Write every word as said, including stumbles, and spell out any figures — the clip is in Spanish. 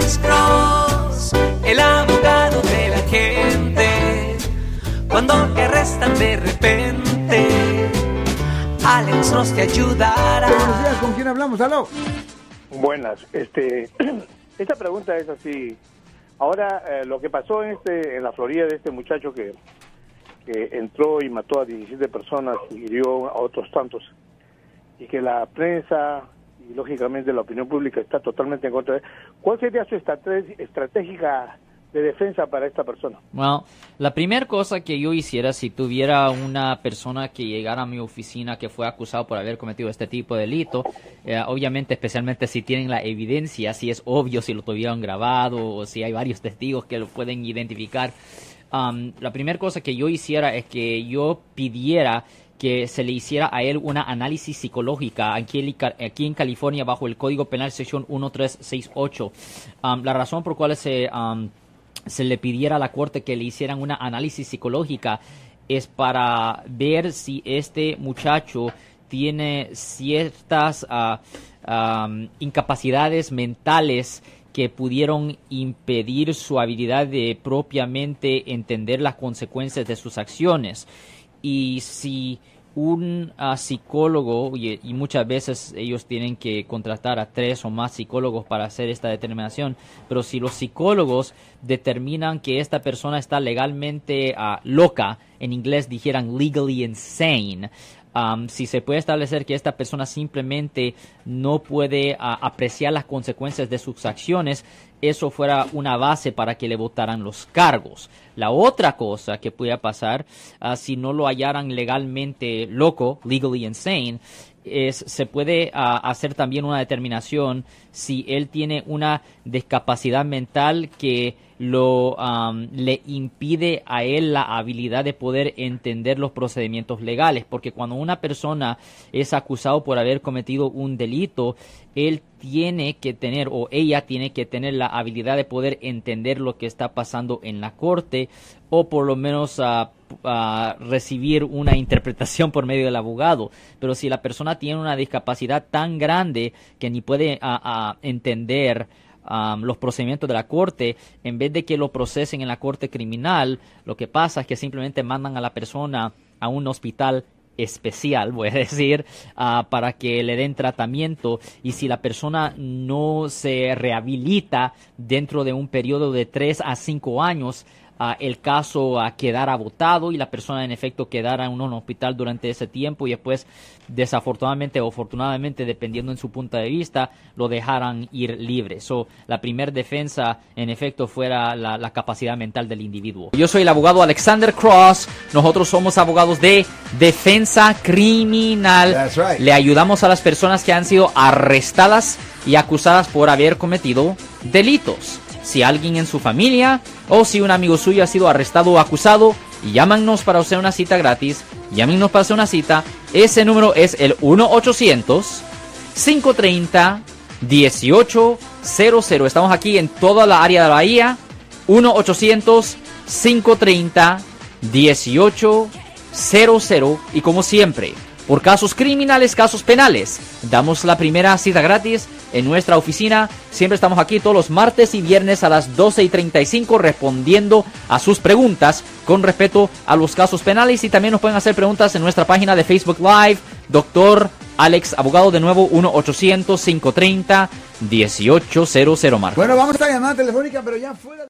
Alex Cross, el abogado de la gente. Cuando te arrestan de repente, Alex Cross te ayudará. Buenos días, ¿con quién hablamos? ¿Aló? Buenas, este, esta pregunta es así. Ahora, eh, lo que pasó en este, en la Florida de este muchacho que, que entró y mató a diecisiete personas y hirió a otros tantos, y que la prensa y lógicamente la opinión pública está totalmente en contra de él. ¿Cuál sería su estrategia estratégica de defensa para esta persona? Bueno, la primera cosa que yo hiciera si tuviera una persona que llegara a mi oficina que fue acusado por haber cometido este tipo de delito, eh, obviamente, especialmente si tienen la evidencia, si es obvio, si lo tuvieron grabado o si hay varios testigos que lo pueden identificar, um, la primera cosa que yo hiciera es que yo pidiera que se le hiciera a él una análisis psicológica aquí, aquí en California bajo el Código Penal sección trece sesenta y ocho. Um, la razón por cual se, um, se le pidiera a la corte que le hicieran una análisis psicológica es para ver si este muchacho tiene ciertas uh, um, incapacidades mentales que pudieron impedir su habilidad de propiamente entender las consecuencias de sus acciones. Y si un uh, psicólogo, y, y muchas veces ellos tienen que contratar a tres o más psicólogos para hacer esta determinación, pero si los psicólogos determinan que esta persona está legalmente uh, loca, en inglés dijeran legally insane, Um, si se puede establecer que esta persona simplemente no puede uh, apreciar las consecuencias de sus acciones, eso fuera una base para que le votaran los cargos. La otra cosa que pudiera pasar, uh, si no lo hallaran legalmente loco, legally insane, es se puede uh, hacer también una determinación si él tiene una discapacidad mental que lo um, le impide a él la habilidad de poder entender los procedimientos legales, porque cuando una persona es acusado por haber cometido un delito, él tiene que tener o ella tiene que tener la habilidad de poder entender lo que está pasando en la corte o por lo menos uh, uh, recibir una interpretación por medio del abogado. Pero si la persona tiene una discapacidad tan grande que ni puede uh, uh, entender Um, los procedimientos de la corte, en vez de que lo procesen en la corte criminal, lo que pasa es que simplemente mandan a la persona a un hospital especial, voy a decir, uh, para que le den tratamiento, y si la persona no se rehabilita dentro de un periodo de tres a cinco años, Uh, el caso uh, quedara votado y la persona en efecto quedara en un hospital durante ese tiempo y después, desafortunadamente o afortunadamente, dependiendo en su punto de vista, lo dejaran ir libre. So, la primera defensa en efecto fuera la, la capacidad mental del individuo. Yo soy el abogado Alexander Cross. Nosotros somos abogados de defensa criminal. That's right. Le ayudamos a las personas que han sido arrestadas y acusadas por haber cometido delitos. Si alguien en su familia o si un amigo suyo ha sido arrestado o acusado, llámanos para hacer una cita gratis. Llámenos para hacer una cita. Ese número es el uno ochocientos, cinco treinta, dieciocho cero cero. Estamos aquí en toda la área de la Bahía. uno ochocientos, cinco treinta, dieciocho cero cero. Y como siempre, por casos criminales, casos penales, damos la primera cita gratis en nuestra oficina. Siempre estamos aquí todos los martes y viernes a las doce y treinta y cinco respondiendo a sus preguntas con respecto a los casos penales, y también nos pueden hacer preguntas en nuestra página de Facebook Live. Doctor Alex Abogado, de nuevo, uno ochocientos, cinco treinta, dieciocho cero cero, Marco. Bueno, vamos a esta llamada telefónica, pero ya fuera.